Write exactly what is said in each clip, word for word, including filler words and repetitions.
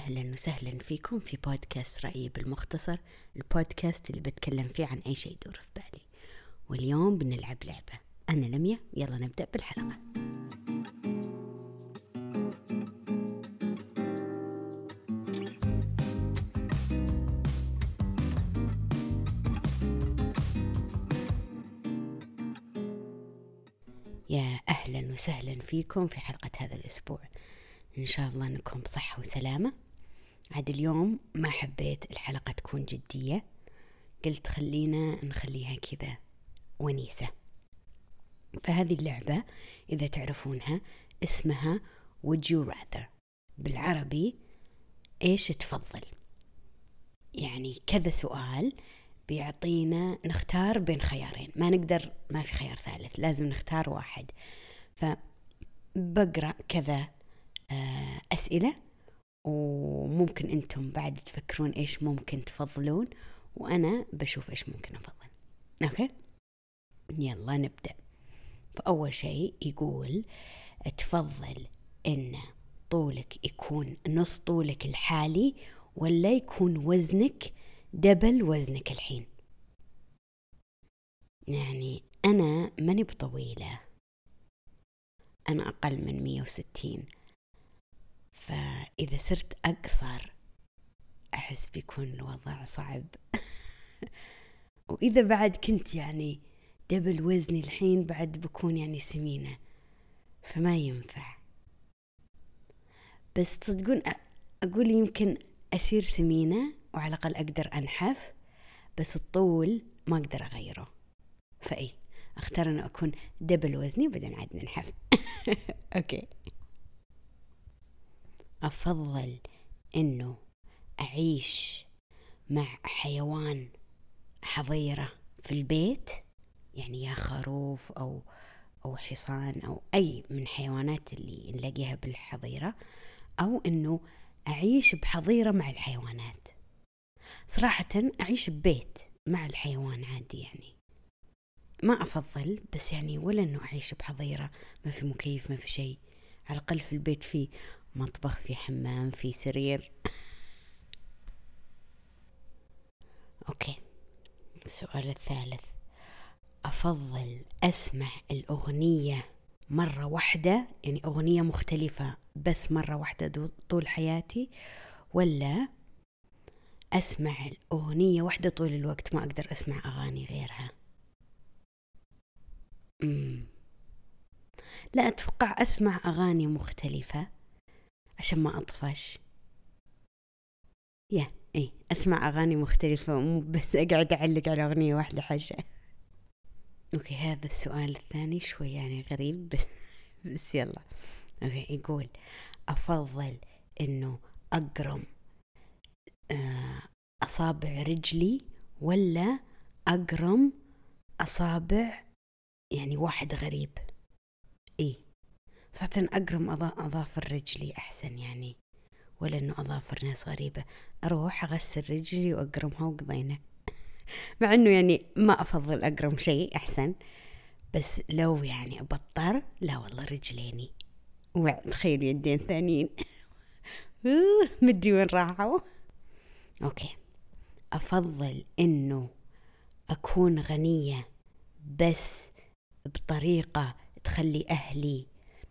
أهلا وسهلا فيكم في بودكاست رأيي بالمختصر، البودكاست اللي بتكلم فيه عن أي شيء يدور في بالي. واليوم بنلعب لعبة. أنا لميا، يلا نبدأ بالحلقة. يا أهلا وسهلا فيكم في حلقة هذا الأسبوع. إن شاء الله أنكم بصحة وسلامة. عاد اليوم ما حبيت الحلقة تكون جدية، قلت خلينا نخليها كذا ونيسة. فهذه اللعبة إذا تعرفونها اسمها Would you rather، بالعربي إيش تفضل. يعني كذا سؤال بيعطينا نختار بين خيارين، ما نقدر، ما في خيار ثالث، لازم نختار واحد. فبقرأ كذا أسئلة، وممكن أنتم بعد تفكرون إيش ممكن تفضلون، وأنا بشوف إيش ممكن أفضل. أوكي، يلا نبدأ. فأول شيء يقول تفضل إن طولك يكون نص طولك الحالي ولا يكون وزنك دبل وزنك الحين. يعني أنا ماني بطويلة، أنا أقل من مية وستين، فإذا صرت أقصر أحس بيكون الوضع صعب. وإذا بعد كنت يعني دبل وزني الحين بعد بكون يعني سمينة، فما ينفع. بس تصدقون أقول يمكن أصير سمينة وعلى الأقل أقدر أنحف، بس الطول ما أقدر أغيره. فأي أختار أن أكون دبل وزني بدل عاد ننحف. أوكي، أفضل إنه أعيش مع حيوان حظيرة في البيت، يعني يا خروف أو أو حصان أو أي من حيوانات اللي نلاقيها بالحظيرة، أو إنه أعيش بحظيرة مع الحيوانات. صراحة أعيش ببيت مع الحيوان عادي، يعني ما أفضل، بس يعني ولا إنه أعيش بحظيرة ما في مكيف ما في شيء. على الأقل في البيت في مطبخ، في حمام، في سرير. أوكي، السؤال الثالث، أفضل أسمع الأغنية مرة واحدة، يعني أغنية مختلفة بس مرة واحدة طول حياتي، ولا أسمع الأغنية واحدة طول الوقت ما أقدر أسمع أغاني غيرها؟ مم. لا، أتوقع أسمع أغاني مختلفة عشان ما أطفش. يا إيه، أسمع أغاني مختلفة، مو بس أقعد أعلق على أغنية واحدة حاجة. أوكي، هذا السؤال الثاني شوي يعني غريب، بس, بس يلا. أوكي، يقول أفضل إنه أقرم أصابع رجلي ولا أقرم أصابع يعني واحد غريب. إيه، صراحة أقرم أظافر رجلي أحسن يعني، ولا إنه أظافر ناس غريبة. أروح أغسل رجلي وأقرمها وقضينا. مع إنه يعني ما أفضل أقرم شيء أحسن، بس لو يعني أبطر، لا والله رجليني. وتخيل يدين ثانيين. مدري وين راحوا. أوكي، أفضل إنه أكون غنية بس بطريقة تخلي أهلي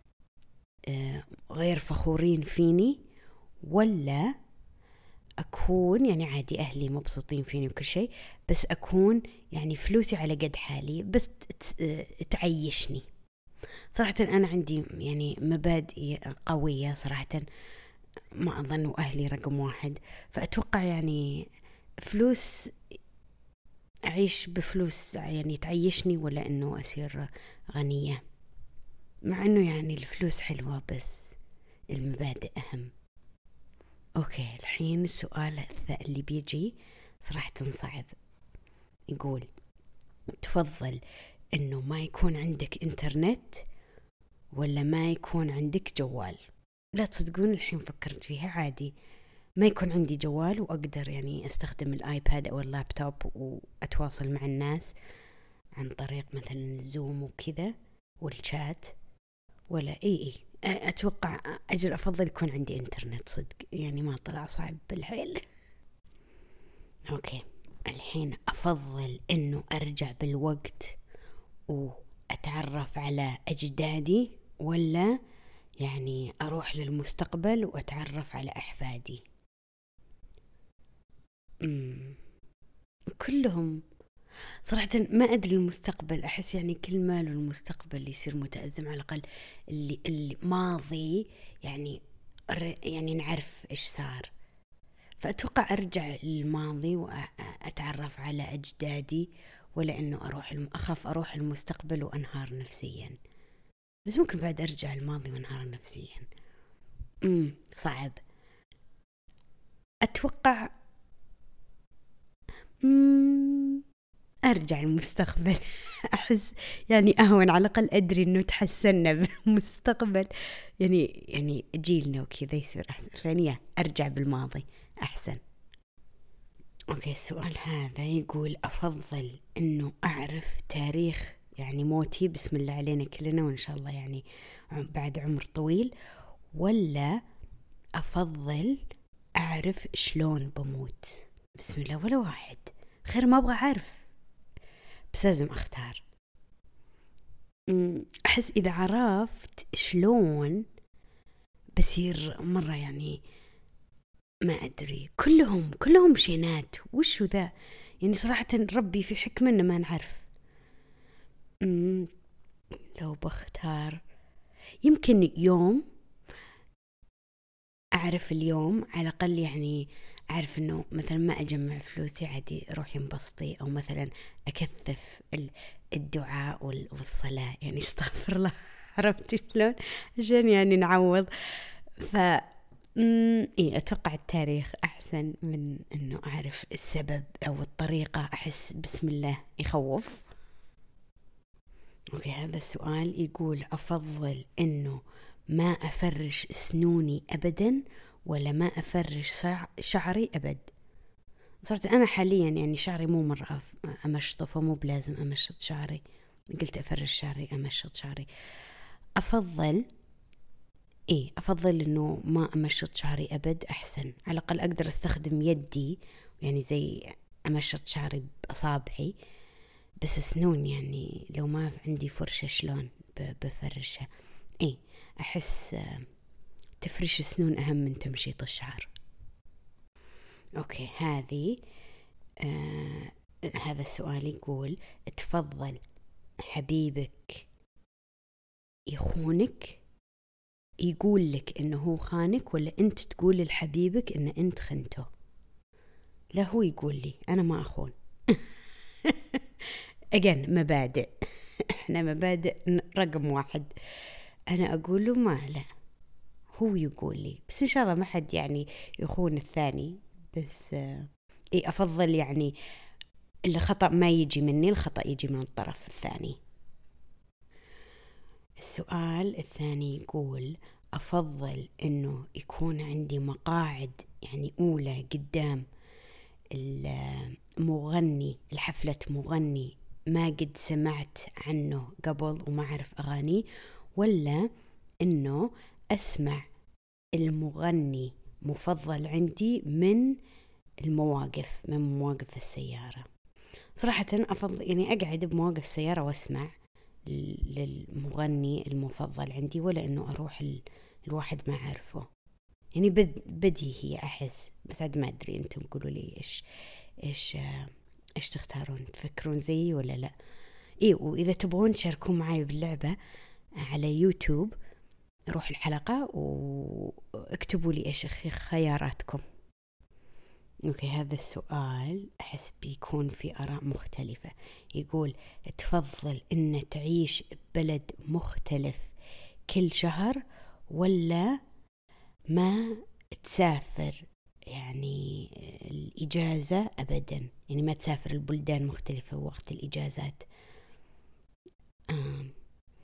غير فخورين فيني، ولا أكون يعني عادي أهلي مبسوطين فيني وكل شيء، بس أكون يعني فلوسي على قد حالي بس تعيشني. صراحة أنا عندي يعني مبادئ قوية صراحة، ما أظن أهلي رقم واحد، فأتوقع يعني فلوس، أعيش بفلوس يعني تعيشني، ولا أنه أصير غنية. مع أنه يعني الفلوس حلوة بس المبادئ أهم. أوكي، الحين السؤال اللي بيجي صراحة صعب. يقول تفضل أنه ما يكون عندك إنترنت ولا ما يكون عندك جوال؟ لا تصدقون الحين فكرت فيها، عادي ما يكون عندي جوال وأقدر يعني أستخدم الآيباد أو اللابتوب وأتواصل مع الناس عن طريق مثلا زوم وكذا والشات، ولا اي اي اتوقع اجل افضل يكون عندي انترنت صدق، يعني ما طلع صعب بالحيل. اوكي الحين افضل انه ارجع بالوقت واتعرف على اجدادي، ولا يعني اروح للمستقبل واتعرف على احفادي؟ امم كلهم صراحة ما أدري. المستقبل أحس يعني كل ما له المستقبل يصير متأزم، على الأقل اللي الماضي يعني يعني نعرف إيش صار. فأتوقع أرجع للماضي وأتعرف على أجدادي، ولا إنه أروح الم... أخاف أروح المستقبل وأنهار نفسيا. بس ممكن بعد أرجع الماضي وأنهار نفسيا. امم صعب. أتوقع امم أرجع المستقبل. أحس يعني أهون، على الأقل أدري إنه تحسنا بالمستقبل، يعني يعني جيلنا وكذا يصير أحسن. فانية أرجع بالماضي أحسن. أوكي السؤال هذا يقول أفضل إنه أعرف تاريخ يعني موتي، بسم الله علينا كلنا وإن شاء الله يعني بعد عمر طويل، ولا أفضل أعرف شلون بموت؟ بسم الله، ولا واحد خير، ما أبغى أعرف بس لازم أختار. أحس إذا عرفت شلون بصير مرة يعني ما أدري، كلهم كلهم شينات وشو ذا، يعني صراحة ربي في حكمة إن ما نعرف. مم. لو بختار يمكن يوم أعرف اليوم، على الأقل يعني أعرف إنه مثلا ما أجمع فلوسي عادي روحي انبسطي، أو مثلا أكثف الدعاء والصلاة، يعني استغفر الله. عرفتي شلون؟ عشان يعني نعوض. ف إيه أتوقع التاريخ أحسن من إنه أعرف السبب أو الطريقة. أحس بسم الله يخوف. أوكي هذا السؤال يقول أفضل إنه ما أفرش سنوني أبدا، ولا ما أفرش شعري أبد؟ صرت أنا حاليا يعني شعري مو مرة أمشطه، فمو بلازم أمشط شعري. قلت أفرش شعري أمشط شعري. أفضل إيه أفضل إنه ما أمشط شعري أبد أحسن، على الأقل أقدر أستخدم يدي يعني زي أمشط شعري بأصابعي. بس سنون يعني لو ما عندي فرشة شلون بفرشها؟ إيه أحس تفريش السنون أهم من تمشيط الشعر. أوكي هذه آه هذا السؤال يقول تفضل حبيبك يخونك، يقول لك إنه هو خانك، ولا أنت تقول لحبيبك إن أنت خنته؟ لا هو يقول لي، أنا ما أخون. أجن مبادئ. إحنا مبادئ رقم واحد. أنا أقول له ما، لا هو يقول لي. بس إن شاء الله ما حد يعني يخون الثاني. بس آه إيه أفضل يعني الخطأ ما يجي مني، الخطأ يجي من الطرف الثاني. السؤال الثاني يقول أفضل إنه يكون عندي مقاعد يعني أولى قدام المغني، الحفلة مغني ما قد سمعت عنه قبل وما أعرف أغانيه، ولا إنه أسمع المغني مفضل عندي من المواقف، من مواقف السيارة؟ صراحة أفضل يعني أقعد بمواقف السيارة وأسمع للمغني المفضل عندي، ولا إنه أروح الواحد ما أعرفه. يعني بدي هي أحس، بس عاد ما أدري أنتم قولوا لي إيش إيش إيش تختارون؟ تفكرون زيي ولا لا؟ إيه وإذا تبغون تشاركون معي باللعبة على يوتيوب روح الحلقة واكتبوا لي إيش خياراتكم. أوكي هذا السؤال أحس بيكون في آراء مختلفة. يقول تفضل إن تعيش ببلد مختلف كل شهر، ولا ما تسافر يعني الإجازة أبدا، يعني ما تسافر البلدان مختلفة وقت الإجازات؟ آم.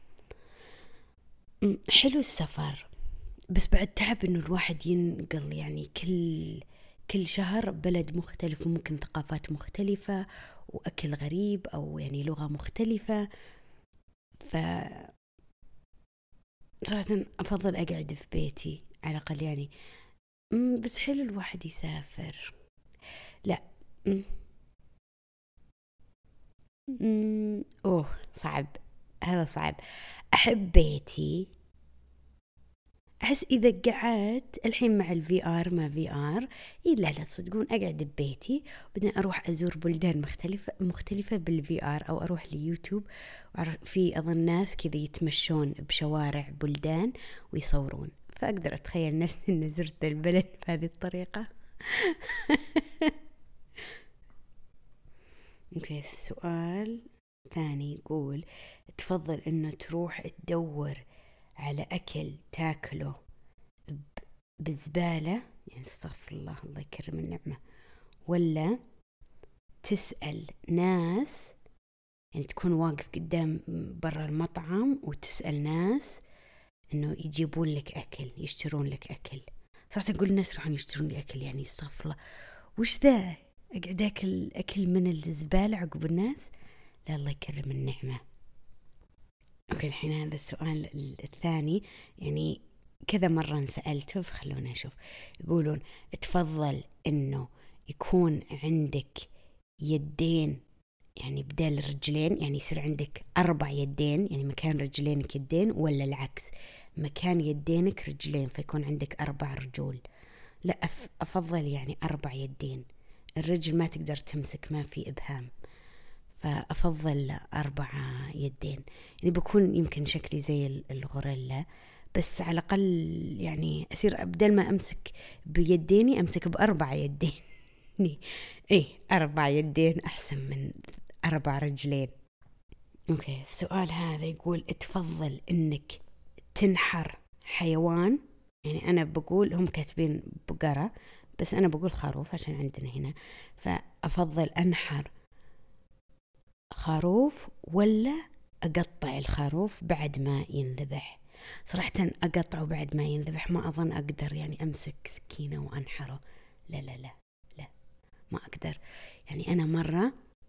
حلو السفر، بس بعد تعب إنه الواحد ينقل يعني كل كل شهر بلد مختلف، وممكن ثقافات مختلفة وأكل غريب أو يعني لغة مختلفة. ف صراحة أفضل أقعد في بيتي على الأقل يعني. بس حلو الواحد يسافر. لا. أوه صعب، هذا صعب. أحب بيتي. أحس إذا قعدت الحين مع الفي آر ما في آر إيه لا لا تصدقون أقعد ببيتي وبعدين أروح أزور بلدان مختلفة مختلفة بالفي آر، أو أروح ليوتيوب في أظن ناس كذا يتمشون بشوارع بلدان ويصورون، فأقدر أتخيل نفسي إن زرت البلد بهذه الطريقة. اوكي السؤال ثاني يقول تفضل إنه تروح تدور على أكل تاكله بزبالة، يعني استغفر الله الله يكرم النعمة، ولا تسأل ناس، يعني تكون واقف قدام برا المطعم وتسأل ناس إنه يجيبون لك أكل، يشترون لك أكل. صارت أقول الناس راحون يشترون لي أكل، يعني استغفر الله وش ذا، أقعد أكل أكل من الزبالة عقب الناس؟ لا الله يكرم النعمة. أوكي الحين هذا السؤال الثاني يعني كذا مرة انسألته فخلونا نشوف. يقولون تفضل إنه يكون عندك يدين يعني بدال رجلين، يعني يصير عندك أربع يدين، يعني مكان رجلينك يدين، ولا العكس مكان يدينك رجلين فيكون عندك أربع رجول؟ لا أفضل يعني أربع يدين، الرجل ما تقدر تمسك، ما في إبهام، فأفضل أربع يدين. يعني بكون يمكن شكلي زي الغوريلا بس على الأقل يعني أصير بدل ما أمسك بيديني أمسك بأربع يدين. إيه أربع يدين أحسن من أربع رجلين. أوكي السؤال هذا يقول تفضل إنك تنحر حيوان، يعني أنا بقول هم كاتبين بقرة بس أنا بقول خروف عشان عندنا هنا، فأفضل أنحر خروف ولا أقطع الخروف بعد ما ينذبح؟ صراحة أقطعه بعد ما ينذبح ما أظن أقدر يعني أمسك سكينة وأنحره، لا لا لا لا ما أقدر. يعني أنا مرة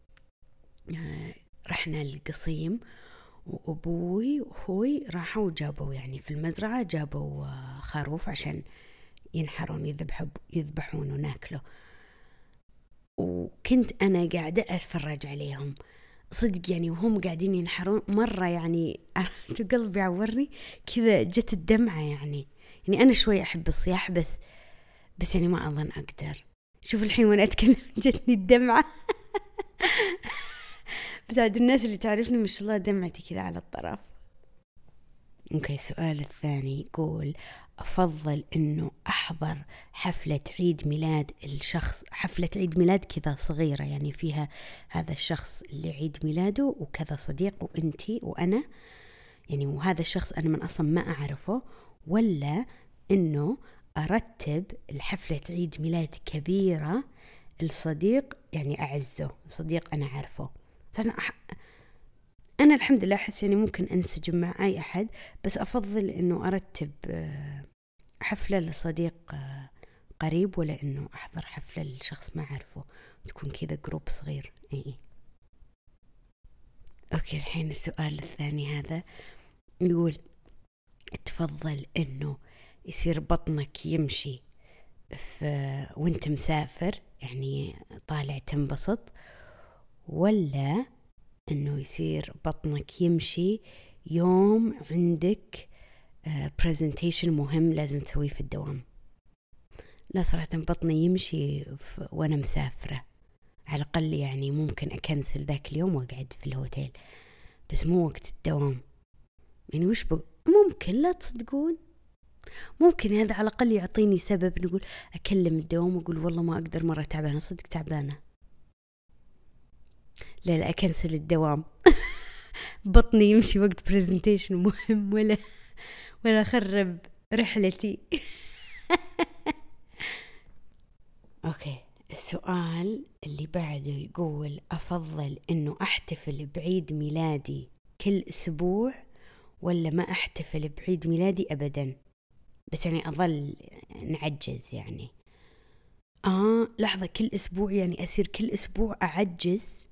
رحنا القصيم وأبوي وأخوي راحوا وجابوا يعني في المزرعة جابوا خروف عشان ينحرون يذبحوا يذبحون وناكله، وكنت أنا قاعدة أتفرج عليهم صدق يعني وهم قاعدين ينحرون مرة يعني قلبي عورني كذا جت الدمعة يعني. يعني أنا شوي أحب الصياح بس بس يعني ما أظن أقدر. شوف الحين وأنا أتكلم جتني الدمعة. بس عاد الناس اللي تعرفني ما شاء الله دمعتي كذا على الطرف. اوكي السؤال الثاني يقول أفضل إنه أحضر حفلة عيد ميلاد الشخص، حفلة عيد ميلاد كذا صغيرة يعني فيها هذا الشخص اللي عيد ميلاده وكذا صديق وإنتي وأنا يعني وهذا الشخص أنا من أصلا ما أعرفه، ولا إنه أرتب الحفلة عيد ميلاد كبيرة الصديق يعني أعزه صديق أنا أعرفه. أنا الحمد لله أحس يعني ممكن أنسجم مع أي أحد، بس أفضل إنه أرتب حفلة لصديق قريب ولا إنه أحضر حفلة لشخص ما أعرفه تكون كذا جروب صغير. إيه أوكي الحين السؤال الثاني هذا يقول تفضل إنه يصير بطنك يمشي في وانت مسافر يعني طالع تنبسط، ولا إنه يصير بطنك يمشي يوم عندك برزنتيشن مهم لازم تسويه في الدوام؟ لا صراحة بطني يمشي وأنا مسافرة، على الأقل يعني ممكن أكنسل ذاك اليوم وأقعد في الهوتيل، بس مو وقت الدوام. يعني وش بق... ممكن لا تصدقون ممكن هذا على الأقل يعطيني سبب نقول أكلم الدوام وأقول والله ما أقدر مرة تعبانة صدق تعبانة. لا لا أكنسل الدوام. بطني يمشي وقت برزنتيشن مهم ولا ولا أخرب رحلتي. أوكي السؤال اللي بعده يقول أفضل إنه أحتفل بعيد ميلادي كل أسبوع ولا ما أحتفل بعيد ميلادي أبدا بس يعني أظل نعجز يعني. آه لحظة كل أسبوع يعني أصير كل أسبوع أعجز؟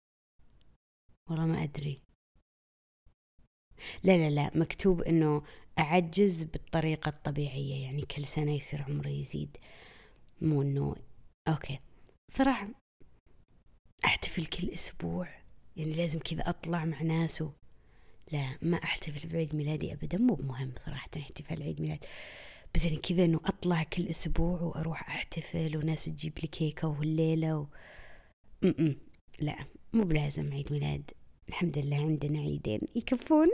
والله ما أدري. لا لا لا مكتوب إنه أعجز بالطريقة الطبيعية، يعني كل سنة يصير عمري يزيد، مو إنه أوكي. صراحة أحتفل كل أسبوع، يعني لازم كذا أطلع مع ناس و... لا، ما أحتفل بعيد ميلادي أبدا، مو مهم صراحة احتفال عيد ميلاد، بس يعني كذا إنه أطلع كل أسبوع وأروح أحتفل وناس تجيب لي كيكة وهالليلة و... م-م. لا، مو بلازم عيد ميلاد، الحمد لله عندنا عيدين يكفون.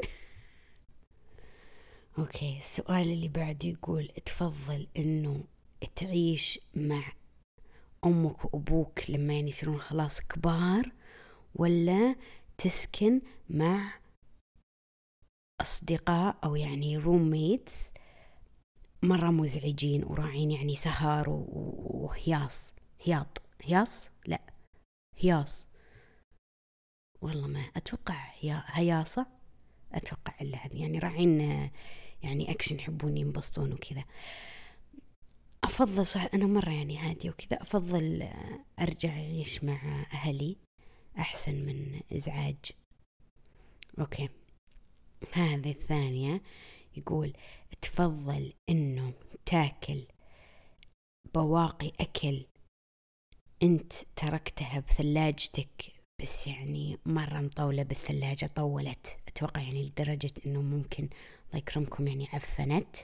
أوكي، السؤال اللي بعده يقول تفضل إنه تعيش مع أمك وأبوك لما يعني يصيرون خلاص كبار، ولا تسكن مع أصدقاء أو يعني روميتس مرة مزعجين وراعين، يعني سهر وهياص هياط هياص لا هياص والله ما أتوقع هي هياصة، أتوقع إلا هذه، يعني راعين يعني أكشن يحبون ينبسطون وكذا. أفضل صح أنا مرة يعني هادية وكذا، أفضل أرجع أعيش مع أهلي أحسن من إزعاج. أوكي، هذه الثانية يقول تفضل إنه تاكل بواقي أكل أنت تركتها بثلاجتك، بس يعني مرة مطولة بالثلاجة، طولت أتوقع يعني لدرجة إنه ممكن الله يكرمكم يعني عفنت،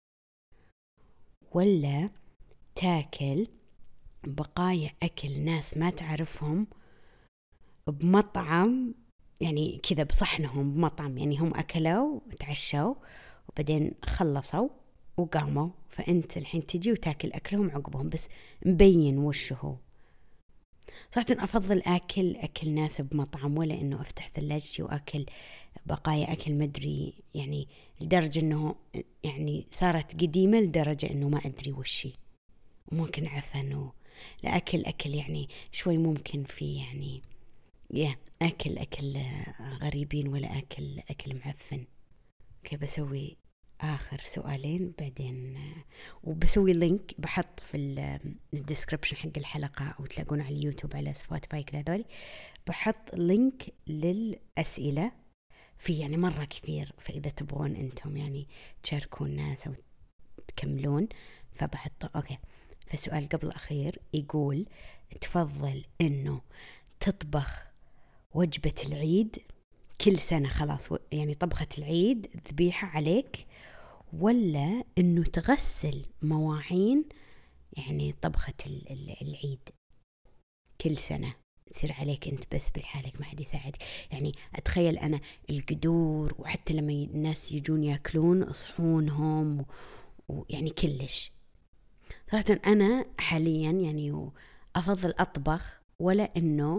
ولا تاكل بقايا أكل ناس ما تعرفهم بمطعم، يعني كذا بصحنهم بمطعم، يعني هم أكلوا وتعشوا وبعدين خلصوا وقاموا، فأنت الحين تجي وتاكل أكلهم عقبهم بس مبين وشه هو. صراحة أفضل أكل أكل ناس بمطعم، ولا إنه أفتح ثلاجتي وأكل بقايا أكل مدري، يعني لدرجة إنه يعني صارت قديمة لدرجة إنه ما أدري وشي، وممكن عفن لا أكل أكل يعني شوي ممكن في يعني يا أكل أكل غريبين، ولا أكل أكل معفن. أوكي، بسوي آخر سؤالين بعدين، وبسوي لينك بحط في الديسكريبشن حق الحلقة، أو تلاقون على اليوتيوب على سبوتيفاي كذا هذولي، بحط لينك للأسئلة في يعني مرة كثير، فإذا تبغون أنتم يعني تشاركون الناس أو تكملون فبحطه. أوكي، فالسؤال قبل الأخير يقول تفضل إنه تطبخ وجبة العيد كل سنة خلاص، يعني طبخة العيد ذبيحة عليك، ولا إنه تغسل مواعين يعني طبخة العيد كل سنة تصير عليك أنت بس بالحالك ما حد يساعدك. يعني أتخيل أنا القدور، وحتى لما الناس يجون يأكلون صحونهم ويعني كلش. صراحة أنا حاليا يعني أفضل أطبخ، ولا إنه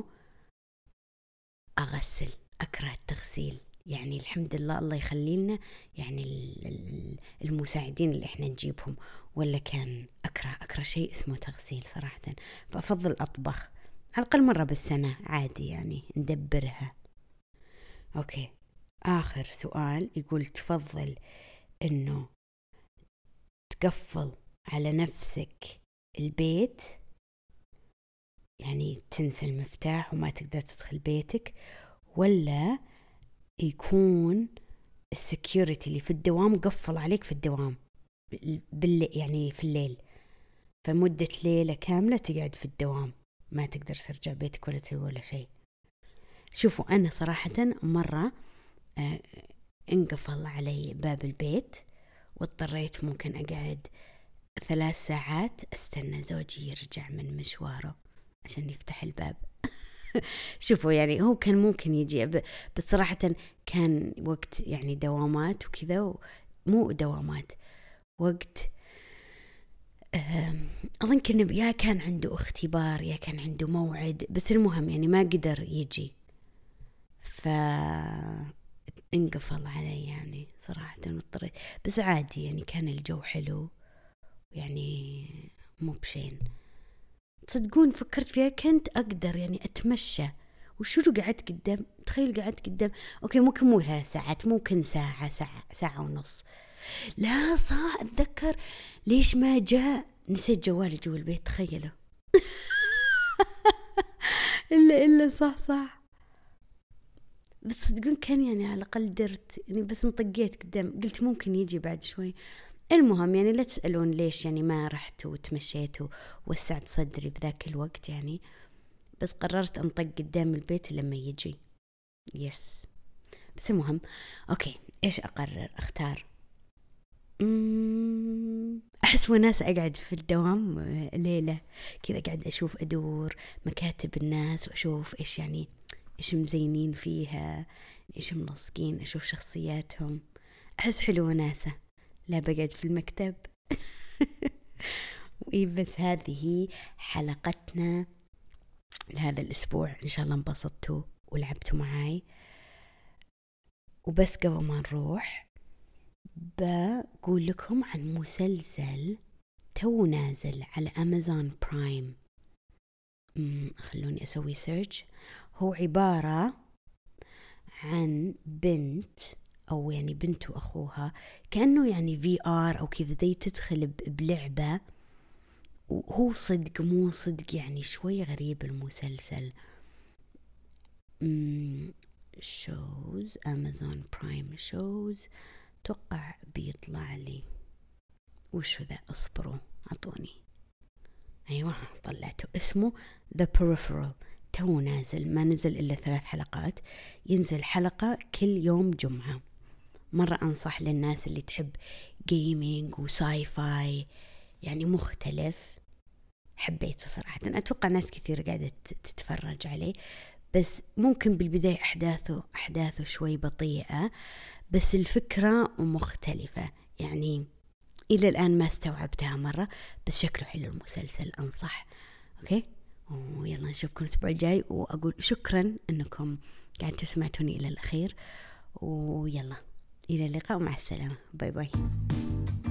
أغسل، أكره التغسيل، يعني الحمد لله الله يخلي لنا يعني المساعدين اللي إحنا نجيبهم، ولا كان أكره أكره شيء اسمه تغسيل صراحة. فأفضل أطبخ على الأقل مرة بالسنة عادي يعني ندبرها. أوكي، آخر سؤال يقول تفضل إنه تقفل على نفسك البيت، يعني تنسى المفتاح وما تقدر تدخل بيتك، ولا يكون السكيورتي اللي في الدوام قفل عليك في الدوام بالليل، يعني في الليل فمدة ليلة كاملة تقعد في الدوام ما تقدر ترجع بيتك ولا تسوي ولا شيء. شوفوا أنا صراحة مرة آه انقفل علي باب البيت واضطريت ممكن أقعد ثلاث ساعات استنى زوجي يرجع من مشواره عشان يفتح الباب. شوفوا يعني هو كان ممكن يجي، بس صراحة كان وقت يعني دوامات وكذا، مو دوامات وقت أظن كنا يا كان عنده اختبار يا كان عنده موعد، بس المهم يعني ما قدر يجي فانقفل علي يعني صراحة مضطريت، بس عادي يعني كان الجو حلو يعني مو بشين. تصدقون فكرت فيها كنت أقدر يعني أتمشى، وشو قعدت قدام، تخيل قعدت قدام أوكي ممكن مو ثلاث ساعات ممكن ساعة ساعة ساعة ونص، لا صح أتذكر ليش ما جاء، نسيت جوالي جوا البيت تخيلوا. إلا إلا صح صح بس تقولون كان يعني على الأقل درت يعني، بس انطقيت قدام، قلت ممكن يجي بعد شوي. المهم يعني لا تسألون ليش يعني ما رحت وتمشيت ووسعت صدري بذاك الوقت يعني، بس قررت أنطق قدام البيت لما يجي. يس. بس المهم أوكي، إيش أقرر أختار؟ أحس وناس أقعد في الدوام ليلة كذا، قاعد أشوف أدور مكاتب الناس وأشوف إيش يعني إيش مزينين فيها، إيش ملصقين، أشوف شخصياتهم. أحس حلو وناسة. لا بقعد في المكتب. وإيه، بس هذه حلقتنا لهذا الأسبوع. إن شاء الله انبسطتوا ولعبتوا معاي. وبس قبل ما نروح بقول لكم عن مسلسل تو نازل على أمازون برايم. خلوني أسوي سيرش. هو عبارة عن بنت، أو يعني بنت وأخوها، كأنه يعني في آر أو كذا، دي تدخل بلعبة، وهو صدق مو صدق يعني شوي غريب المسلسل. شوز أمازون برايم شوز، توقع بيطلع لي وشو ذا، اصبروا عطوني. ايوه طلعته، اسمه The Peripheral. تو نازل، ما نزل الا ثلاث حلقات، ينزل حلقة كل يوم جمعة. مرة انصح للناس اللي تحب جيمينج وساي فاي، يعني مختلف. حبيته صراحة. اتوقع ناس كثير قاعدة تتفرج عليه، بس ممكن بالبداية احداثه احداثه شوي بطيئة، بس الفكرة مختلفة يعني. إلى الآن ما استوعبتها مرة، بس شكله حلو المسلسل، أنصح. أوكي، ويلا نشوفكم الأسبوع الجاي، وأقول شكرا أنكم قاعد تسمعتوني إلى الأخير، ويلا إلى اللقاء ومع السلامة. باي باي.